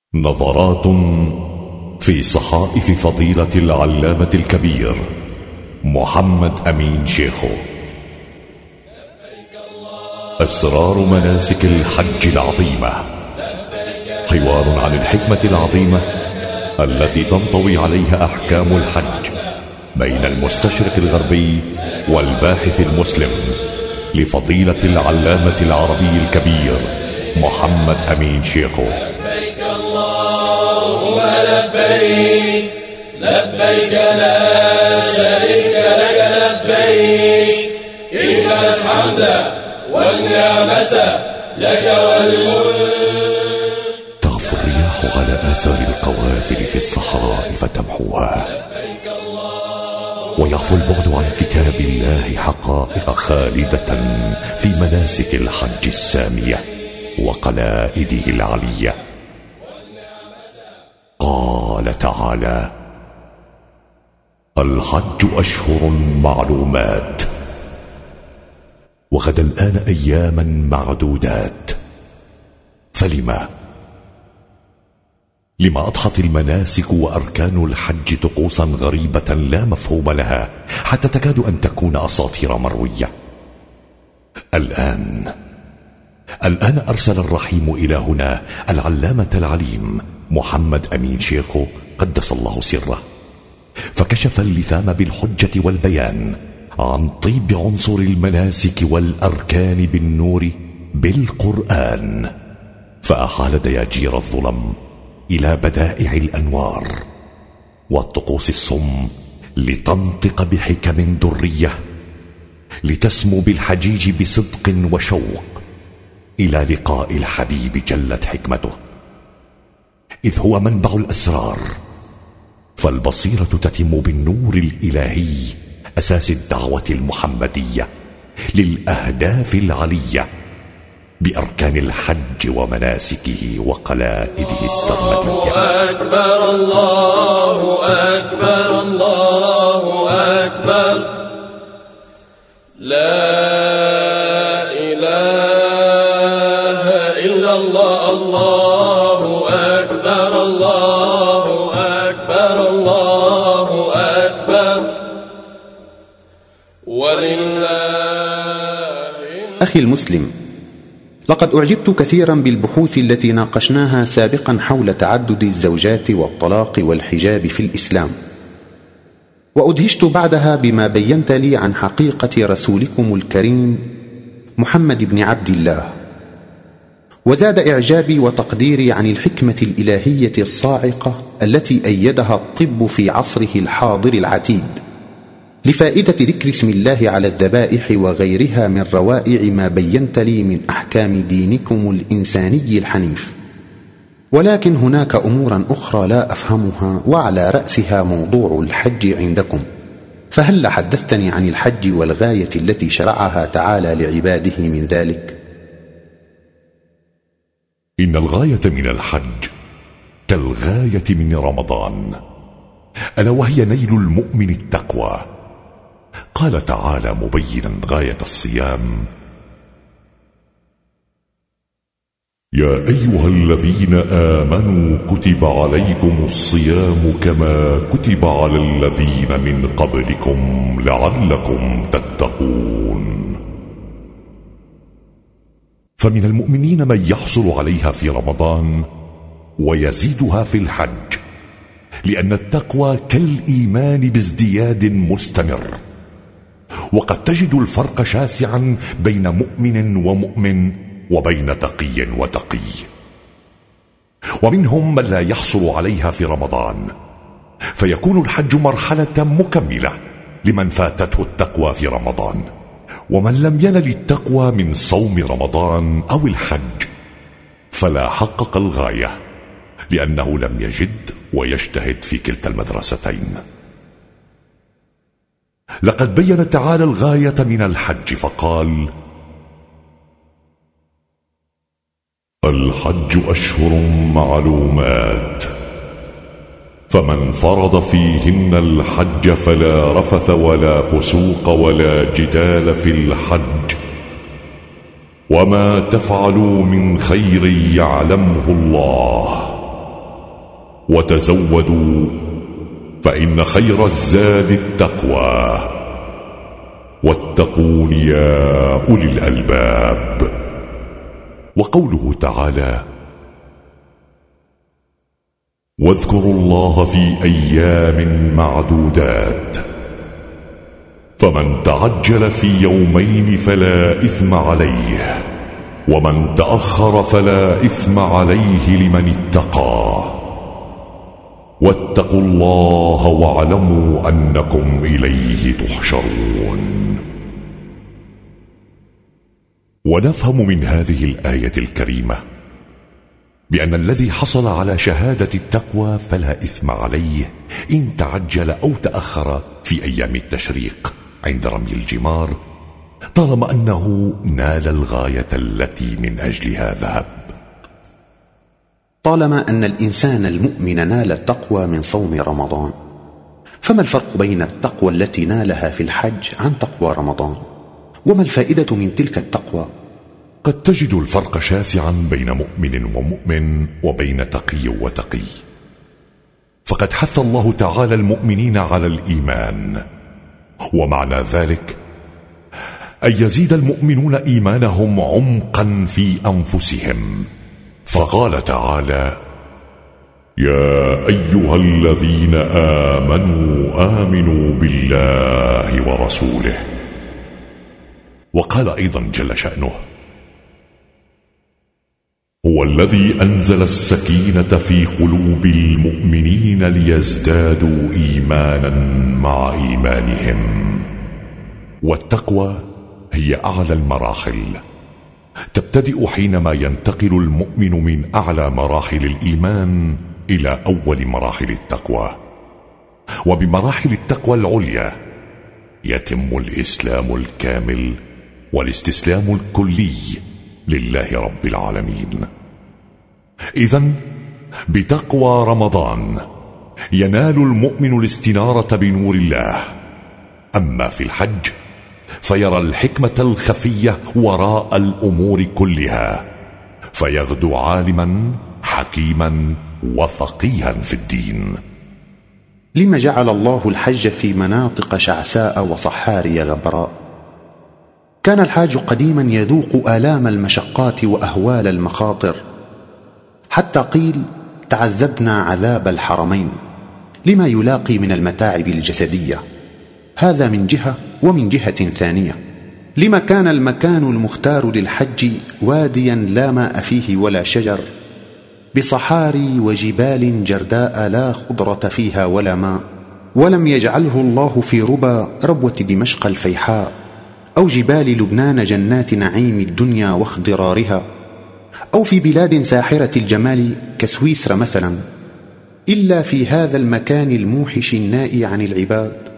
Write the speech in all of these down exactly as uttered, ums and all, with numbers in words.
نظرات في صحائف فضيلة العلامة الكبير محمد أمين شيخو. أسرار مناسك الحج العظيمة، حوار عن الحكمة العظيمة التي تنطوي عليها أحكام الحج بين المستشرق الغربي والباحث المسلم لفضيلة العلامة العربي الكبير محمد أمين شيخو. لبيك اللهم لبيك، لبيك لا شريك لك لبيك، إن الحمد والنعمة لك والملك. تغفو الرياح على آثار القوافل في الصحراء فتمحوها، ويغفو البعد عن كتاب الله حقائق خالدة في مناسك الحج السامية وقلائده العلية. قال تعالى: الحج أشهر معلومات، وغدا الآن أياما معدودات. فلما لما أضحت المناسك وأركان الحج طقوسا غريبة لا مفهوم لها، حتى تكاد أن تكون أساطير مروية. الآن الآن أرسل الرحيم إلى هنا العلامة العليم محمد أمين شيخو قدس الله سره، فكشف اللثام بالحجة والبيان عن طيب عنصر المناسك والأركان بالنور بالقرآن، فأحال دياجير الظلم إلى بدائع الأنوار والطقوس الصم لتنطق بحكم درية، لتسمو بالحجيج بصدق وشوق إلى لقاء الحبيب جلت حكمته، إذ هو منبع الأسرار. فالبصيرة تتم بالنور الإلهي أساس الدعوة المحمدية للأهداف العلية بأركان الحج ومناسكه وقلائده السرمدية. الله أكبر، الله أكبر، الله أكبر، لا إله إلا الله. الله أكبر، الله أكبر، الله أكبر، ولله. أخي المسلم، لقد أعجبت كثيرا بالبحوث التي ناقشناها سابقا حول تعدد الزوجات والطلاق والحجاب في الإسلام، وأدهشت بعدها بما بينت لي عن حقيقة رسولكم الكريم محمد بن عبد الله، وزاد إعجابي وتقديري عن الحكمة الإلهية الصاعقة التي أيدها الطب في عصره الحاضر العتيد لفائدة ذكر اسم الله على الذبائح وغيرها من روائع ما بينت لي من أحكام دينكم الإنساني الحنيف. ولكن هناك أمورا أخرى لا أفهمها، وعلى رأسها موضوع الحج عندكم، فهل حدثتني عن الحج والغاية التي شرعها تعالى لعباده من ذلك؟ إن الغاية من الحج كالغاية من رمضان، ألا وهي نيل المؤمن التقوى. قال تعالى مبينا غاية الصيام: يا أيها الذين آمنوا كتب عليكم الصيام كما كتب على الذين من قبلكم لعلكم تتقون. فمن المؤمنين من يحصل عليها في رمضان ويزيدها في الحج، لأن التقوى كالإيمان بازدياد مستمر، وقد تجد الفرق شاسعا بين مؤمن ومؤمن وبين تقي وتقي. ومنهم من لا يحصل عليها في رمضان، فيكون الحج مرحلة مكملة لمن فاتته التقوى في رمضان. ومن لم ينل التقوى من صوم رمضان أو الحج فلا حقق الغاية، لأنه لم يجد ويجتهد في كلتا المدرستين. لقد بين تعالى الغاية من الحج فقال: الحج أشهر معلومات، فمن فرض فيهن الحج فلا رفث ولا فسوق ولا جدال في الحج، وما تفعلوا من خير يعلمه الله وتزودوا فإن خير الزاد التقوى واتقون يا أولي الألباب. وقوله تعالى: واذكروا الله في أيام معدودات فمن تعجل في يومين فلا إثم عليه ومن تأخر فلا إثم عليه لمن اتقى واتقوا الله واعلموا أنكم إليه تحشرون. ونفهم من هذه الآية الكريمة بأن الذي حصل على شهادة التقوى فلا إثم عليه إن تعجل أو تأخر في أيام التشريق عند رمي الجمار، طالما أنه نال الغاية التي من أجلها ذهب. طالما أن الإنسان المؤمن نال التقوى من صوم رمضان، فما الفرق بين التقوى التي نالها في الحج عن تقوى رمضان؟ وما الفائدة من تلك التقوى؟ قد تجد الفرق شاسعا بين مؤمن ومؤمن وبين تقي وتقي، فقد حث الله تعالى المؤمنين على الإيمان، ومعنى ذلك أن يزيد المؤمنون إيمانهم عمقا في أنفسهم، فقال تعالى: يا أيها الذين آمنوا آمنوا بالله ورسوله. وقال أيضا جل شأنه: هو الذي أنزل السكينة في قلوب المؤمنين ليزدادوا إيمانا مع إيمانهم. والتقوى هي أعلى المراحل، تبتدئ حينما ينتقل المؤمن من أعلى مراحل الإيمان إلى أول مراحل التقوى، وبمراحل التقوى العليا يتم الإسلام الكامل والاستسلام الكلي لله رب العالمين. إذن بتقوى رمضان ينال المؤمن الاستنارة بنور الله، أما في الحج فيرى الحكمة الخفية وراء الأمور كلها، فيغدو عالما حكيما وفقيها في الدين. لما جعل الله الحج في مناطق شعساء وصحاري غبراء؟ كان الحاج قديما يذوق آلام المشقات وأهوال المخاطر، حتى قيل تعذبنا عذاب الحرمين لما يلاقي من المتاعب الجسدية. هذا من جهة، ومن جهة ثانية لما كان المكان المختار للحج واديا لا ماء فيه ولا شجر، بصحاري وجبال جرداء لا خضرة فيها ولا ماء، ولم يجعله الله في ربى ربوة دمشق الفيحاء أو جبال لبنان جنات نعيم الدنيا واخضرارها، أو في بلاد ساحرة الجمال كسويسرا مثلا، إلا في هذا المكان الموحش النائي عن العباد.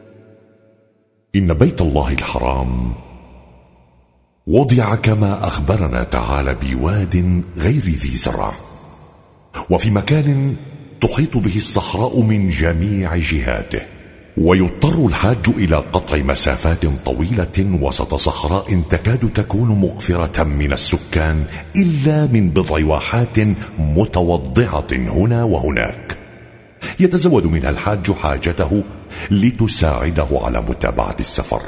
إن بيت الله الحرام وضع كما أخبرنا تعالى بواد غير ذي زرع، وفي مكان تحيط به الصحراء من جميع جهاته، ويضطر الحاج إلى قطع مسافات طويلة وسط صحراء تكاد تكون مقفرة من السكان إلا من بضع واحات متوضعة هنا وهناك يتزود منها الحاج حاجته لتساعده على متابعة السفر.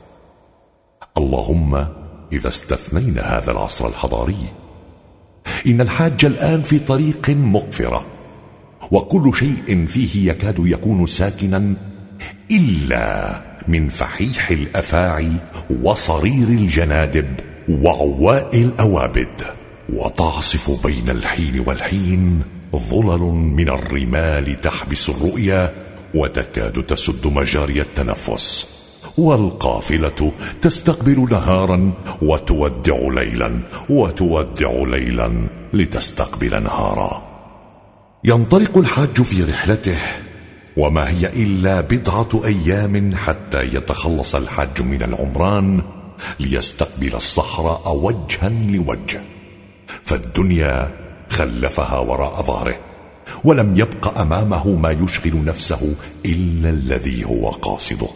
اللهم إذا استثنينا هذا العصر الحضاري، إن الحاج الآن في طريق مقفرة، وكل شيء فيه يكاد يكون ساكنا إلا من فحيح الأفاعي وصرير الجنادب وعواء الأوابد، وتعصف بين الحين والحين ظلل من الرمال تحبس الرؤيا وتكاد تسد مجاري التنفس، والقافلة تستقبل نهارا وتودع ليلا وتودع ليلا لتستقبل نهارا. ينطلق الحاج في رحلته، وما هي إلا بضعة أيام حتى يتخلص الحاج من العمران ليستقبل الصحراء وجها لوجه، فالدنيا خلفها وراء ظهره، ولم يبق أمامه ما يشغل نفسه إلا الذي هو قاصده.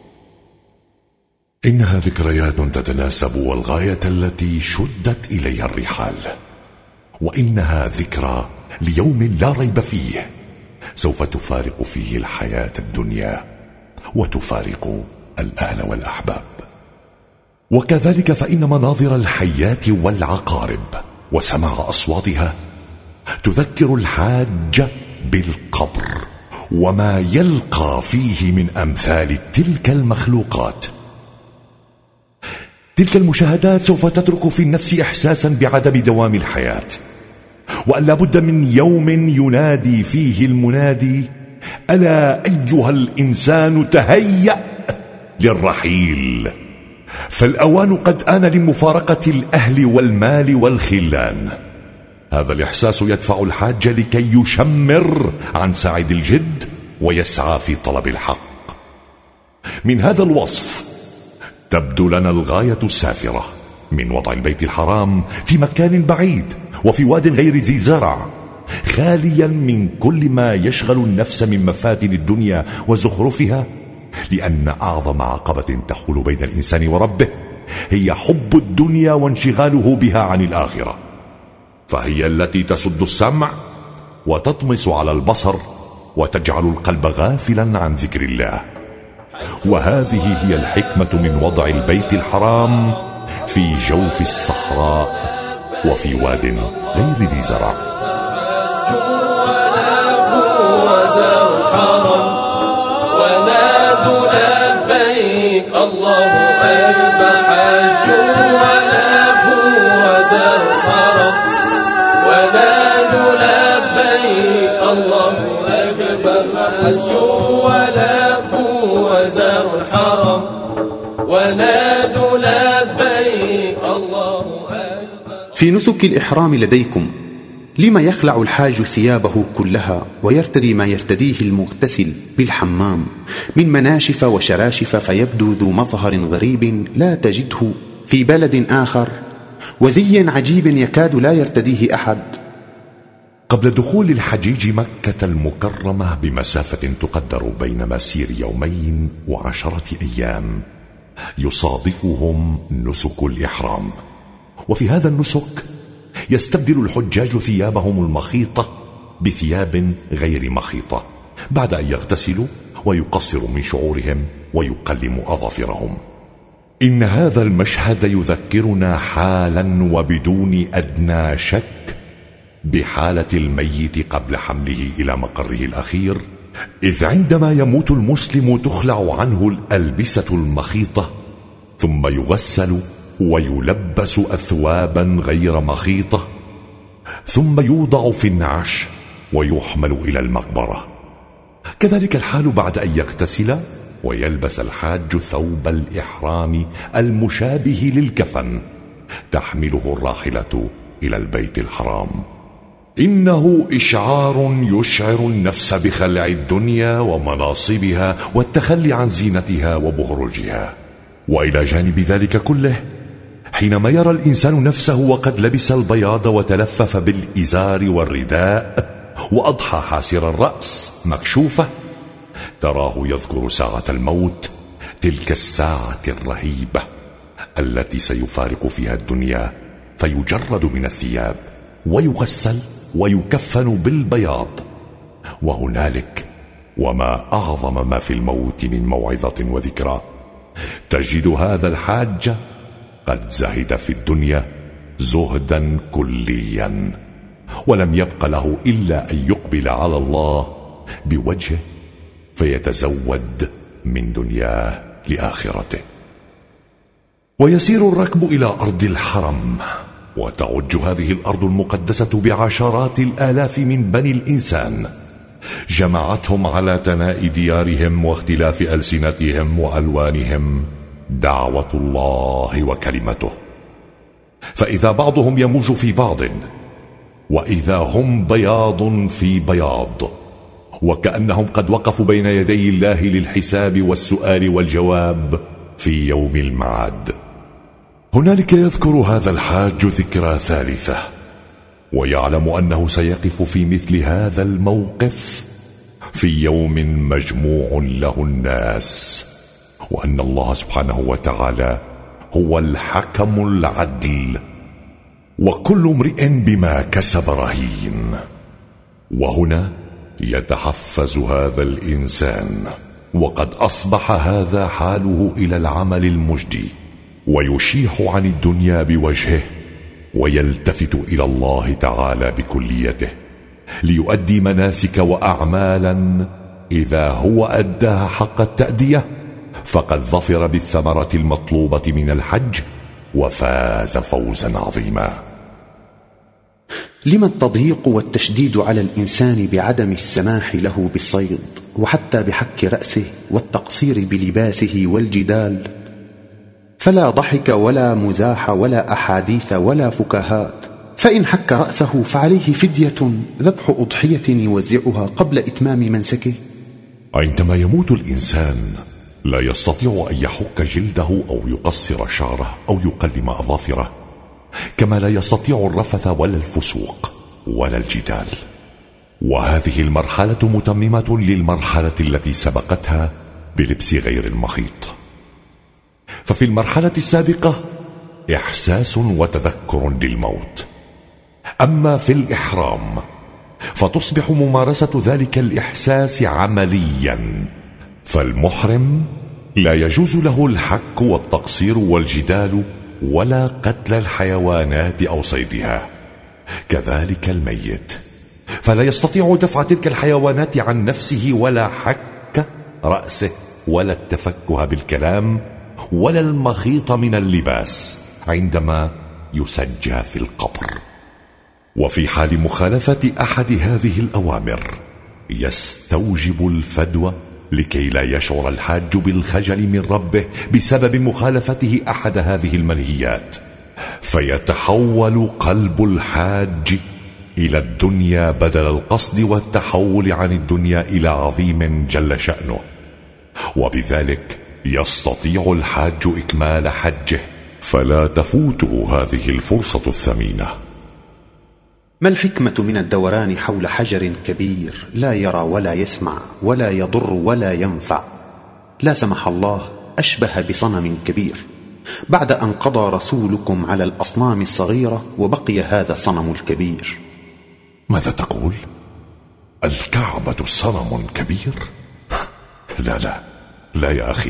إنها ذكريات تتناسب والغاية التي شدت إليها الرحال، وإنها ذكرى ليوم لا ريب فيه سوف تفارق فيه الحياة الدنيا وتفارق الأهل والأحباب. وكذلك فإن مناظر الحيات والعقارب وسماع أصواتها تذكر الحاج بالقبر وما يلقى فيه من أمثال تلك المخلوقات. تلك المشاهدات سوف تترك في النفس إحساسا بعدم دوام الحياة، وأن لا بد من يوم ينادي فيه المنادي: ألا أيها الإنسان تهيأ للرحيل، فالأوان قد آن لمفارقة الأهل والمال والخلان. هذا الإحساس يدفع الحاج لكي يشمر عن ساعد الجد ويسعى في طلب الحق. من هذا الوصف تبدو لنا الغاية السافرة من وضع البيت الحرام في مكان بعيد وفي واد غير ذي زرع، خاليا من كل ما يشغل النفس من مفاتن الدنيا وزخرفها، لأن أعظم عقبة تحول بين الإنسان وربه هي حب الدنيا وانشغاله بها عن الآخرة، فهي التي تسد السمع وتطمس على البصر وتجعل القلب غافلا عن ذكر الله. وهذه هي الحكمة من وضع البيت الحرام في جوف الصحراء وفي واد غير ذي زرع. الله أكبر حج ولهو وزر الحرم ونادوا لبيك الله أكبر حج ولهو وزر الحرم ونادوا لبيك الله أكبر. في نسك الإحرام لديكم لما يخلع الحاج ثيابه كلها ويرتدي ما يرتديه المغتسل بالحمام من مناشف وشراشف، فيبدو ذو مظهر غريب لا تجده في بلد آخر، وزي عجيب يكاد لا يرتديه أحد. قبل دخول الحجيج مكة المكرمة بمسافة تقدر بين مسير يومين وعشرة أيام يصادفهم نسك الإحرام، وفي هذا النسك يستبدل الحجاج ثيابهم المخيطة بثياب غير مخيطة بعد أن يغتسلوا ويقصروا من شعورهم ويقلموا أظافرهم. إن هذا المشهد يذكرنا حالا وبدون أدنى شك بحالة الميت قبل حمله إلى مقره الأخير، إذ عندما يموت المسلم تخلع عنه الألبسة المخيطة ثم يغسل ويلبس أثوابا غير مخيطة، ثم يوضع في النعش ويحمل إلى المقبرة. كذلك الحال بعد أن يغتسل ويلبس الحاج ثوب الإحرام المشابه للكفن تحمله الراحلة إلى البيت الحرام. إنه إشعار يشعر النفس بخلع الدنيا ومناصبها والتخلي عن زينتها وبهرجها. وإلى جانب ذلك كله، حينما يرى الإنسان نفسه وقد لبس البياض وتلفف بالإزار والرداء وأضحى حاسر الرأس مكشوفة، تراه يذكر ساعة الموت، تلك الساعة الرهيبة التي سيفارق فيها الدنيا فيجرد من الثياب ويغسل ويكفن بالبياض. وهنالك وما أعظم ما في الموت من موعظة وذكرى، تجد هذا الحاج قد زهد في الدنيا زهدا كليا، ولم يبق له إلا أن يقبل على الله بوجهه فيتزود من دنياه لآخرته. ويسير الركب إلى أرض الحرم، وتعج هذه الأرض المقدسة بعشرات الآلاف من بني الإنسان، جمعتهم على تناء ديارهم واختلاف ألسنتهم وألوانهم دعوة الله وكلمته. فإذا بعضهم يموج في بعض، وإذا هم بياض في بياض، وكأنهم قد وقفوا بين يدي الله للحساب والسؤال والجواب في يوم المعاد. هنالك يذكر هذا الحاج ذكرى ثالثة، ويعلم أنه سيقف في مثل هذا الموقف في يوم مجموع له الناس، وأن الله سبحانه وتعالى هو الحكم العدل، وكل امرئ بما كسب رهين. وهنا يتحفز هذا الإنسان وقد أصبح هذا حاله إلى العمل المجدي، ويشيح عن الدنيا بوجهه ويلتفت إلى الله تعالى بكليته ليؤدي مناسك وأعمالا إذا هو أداها حق التأدية فقد ظفر بالثمرة المطلوبة من الحج وفاز فوزا عظيما. لما التضييق والتشديد على الإنسان بعدم السماح له بالصيد وحتى بحك رأسه والتقصير بلباسه والجدال؟ فلا ضحك ولا مزاح ولا أحاديث ولا فكاهات، فإن حك رأسه فعليه فدية ذبح أضحية يوزعها قبل إتمام منسكه. عندما يموت الإنسان لا يستطيع أن يحك جلده أو يقصر شعره أو يقلم أظافره، كما لا يستطيع الرفث ولا الفسوق ولا الجدال. وهذه المرحلة متممة للمرحلة التي سبقتها بلبس غير المخيط. ففي المرحلة السابقة إحساس وتذكر للموت، أما في الإحرام فتصبح ممارسة ذلك الإحساس عمليا، فالمحرم لا يجوز له الحك والتقصير والجدال ولا قتل الحيوانات أو صيدها، كذلك الميت فلا يستطيع دفع تلك الحيوانات عن نفسه ولا حك رأسه ولا التفكه بالكلام ولا المخيط من اللباس عندما يسجى في القبر. وفي حال مخالفة أحد هذه الأوامر يستوجب الفدوى لكي لا يشعر الحاج بالخجل من ربه بسبب مخالفته أحد هذه المنهيات، فيتحول قلب الحاج إلى الدنيا بدل القصد والتحول عن الدنيا إلى عظيم جل شأنه، وبذلك يستطيع الحاج إكمال حجه فلا تفوته هذه الفرصة الثمينة. ما الحكمة من الدوران حول حجر كبير لا يرى ولا يسمع ولا يضر ولا ينفع، لا سمح الله أشبه بصنم كبير، بعد أن قضى رسولكم على الأصنام الصغيرة وبقي هذا الصنم الكبير؟ ماذا تقول؟ الكعبة صنم كبير؟ لا لا لا يا أخي،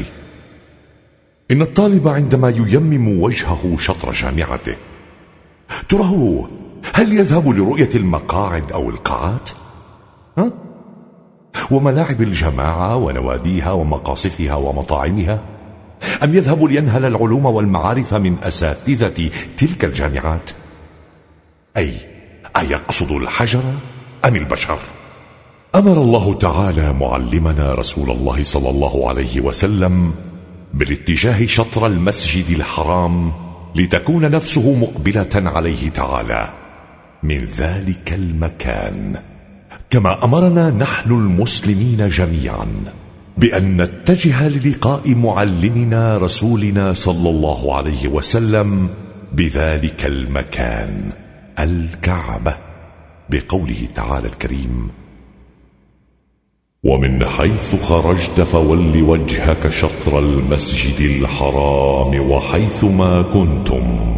إن الطالب عندما ييمم وجهه شطر جامعته تراه هل يذهب لرؤية المقاعد أو القاعات؟ ها؟ وملاعب الجماعة ونواديها ومقاصفها ومطاعمها؟ أم يذهب لينهل العلوم والمعارف من أساتذة تلك الجامعات؟ أي أيقصد الحجر أم البشر؟ أمر الله تعالى معلمنا رسول الله صلى الله عليه وسلم بالاتجاه شطر المسجد الحرام لتكون نفسه مقبلة عليه تعالى من ذلك المكان، كما أمرنا نحن المسلمين جميعا بأن نتجه للقاء معلمنا رسولنا صلى الله عليه وسلم بذلك المكان الكعبة، بقوله تعالى الكريم: ومن حيث خرجت فول وجهك شطر المسجد الحرام وحيث ما كنتم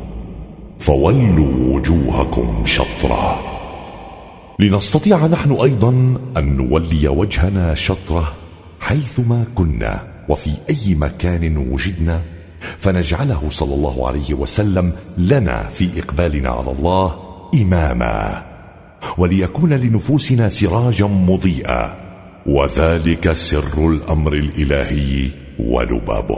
فولوا وجوهكم شطره، لنستطيع نحن أيضا أن نولي وجهنا شطره حيثما كنا وفي أي مكان وجدنا، فنجعله صلى الله عليه وسلم لنا في إقبالنا على الله إماما، وليكون لنفوسنا سراجا مضيئا، وذلك سر الأمر الإلهي ولبابه.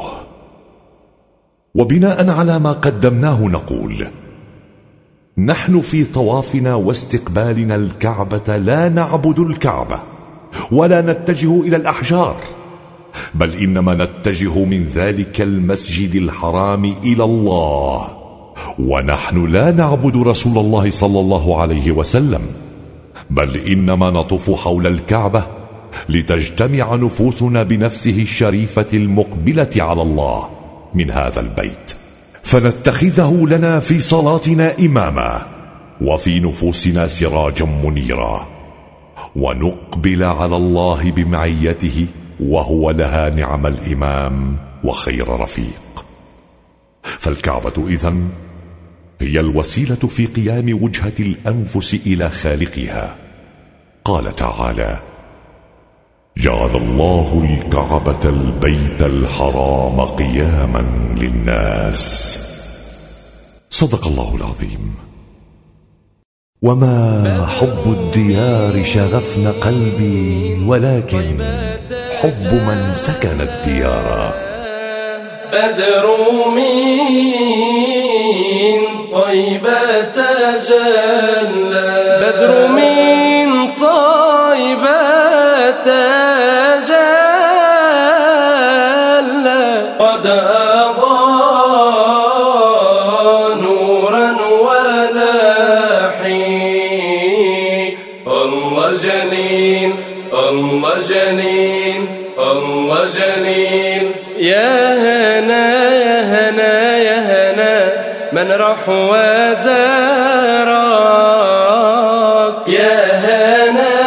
وبناء على ما قدمناه نقول: نحن في طوافنا واستقبالنا الكعبة لا نعبد الكعبة ولا نتجه إلى الأحجار، بل إنما نتجه من ذلك المسجد الحرام إلى الله، ونحن لا نعبد رسول الله صلى الله عليه وسلم، بل إنما نطوف حول الكعبة لتجتمع نفوسنا بنفسه الشريفة المقبلة على الله من هذا البيت، فنتخذه لنا في صلاتنا إماما وفي نفوسنا سراجا منيرا، ونقبل على الله بمعيته وهو لها نعم الإمام وخير رفيق. فالكعبة إذن هي الوسيلة في قيام وجهة الأنفس إلى خالقها، قال تعالى: جعل الله الكعبة البيت الحرام قياما للناس. صدق الله العظيم. وما حب الديار شغفن قلبي، ولكن حب من سكن الديار. بدر من طيبة تجلى، بدر من طيبة تجلى، قد أضاء نورا ولاحي. الله جليل الله جليل الله جليل. يا هنا يا هنا يا هنا من راح وزارك، يا هنا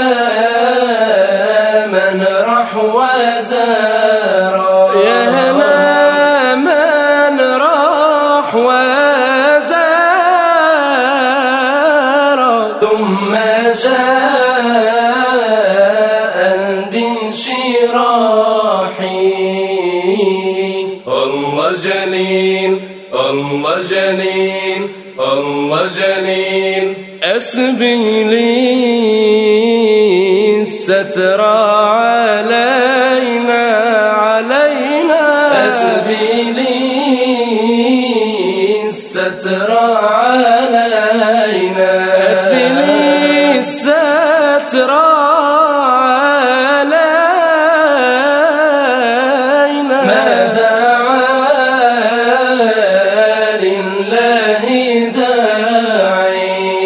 من راح وزارك، يا هنا من راح وزارك، ثم جاء بانشراحي. الله جليل الله جليل الله جليل. أسبي لي الستر علينا علينا، أسبي لي الستر علينا، أسبي لي الستر علينا. ما دعا لله داعي.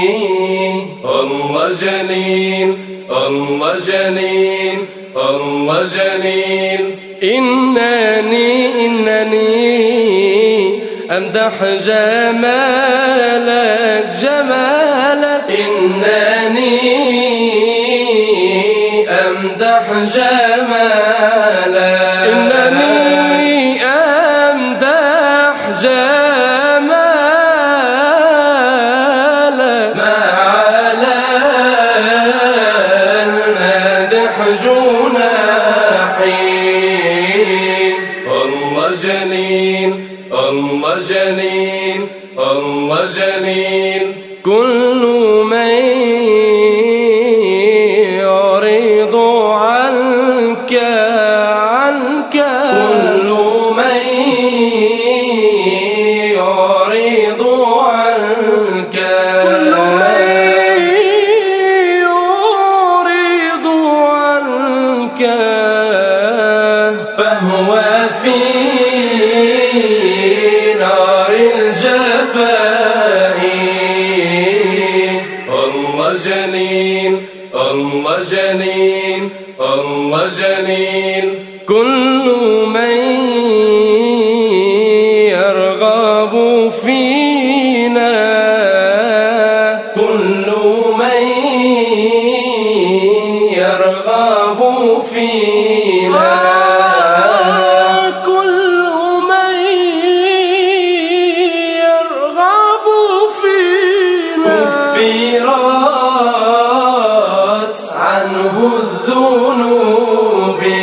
الله جليل الله جليل الله جليل. إنني إنني أمدح جمالك جمالك، إنني أمدح جمالك، إنني أمدح جمالك. ما على المدح جناحي. الله جليل الله جليل الله جليل. كل من يعرض عنك عنك، كل من يعرض عنك، كل من يعرض عنك، فهو في نار الجفاء. الله جليل الله جليل الله جليل. كل من يرغب فينا، كل من يرغب فينا، كل من يرغب فينا، كفرت عنه الذنوب.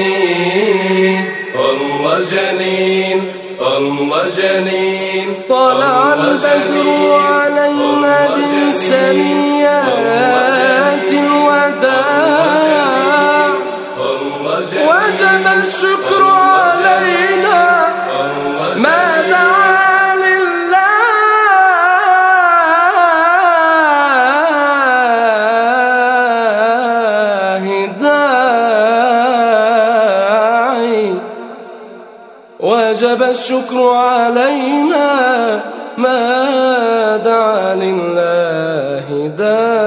الله جليل الله جليل. طلع البدر علينا بسنيات الوداع، وجب الشكر علينا ما دعا لله داعي، وجب الشكر علينا ما دعا لله داعي.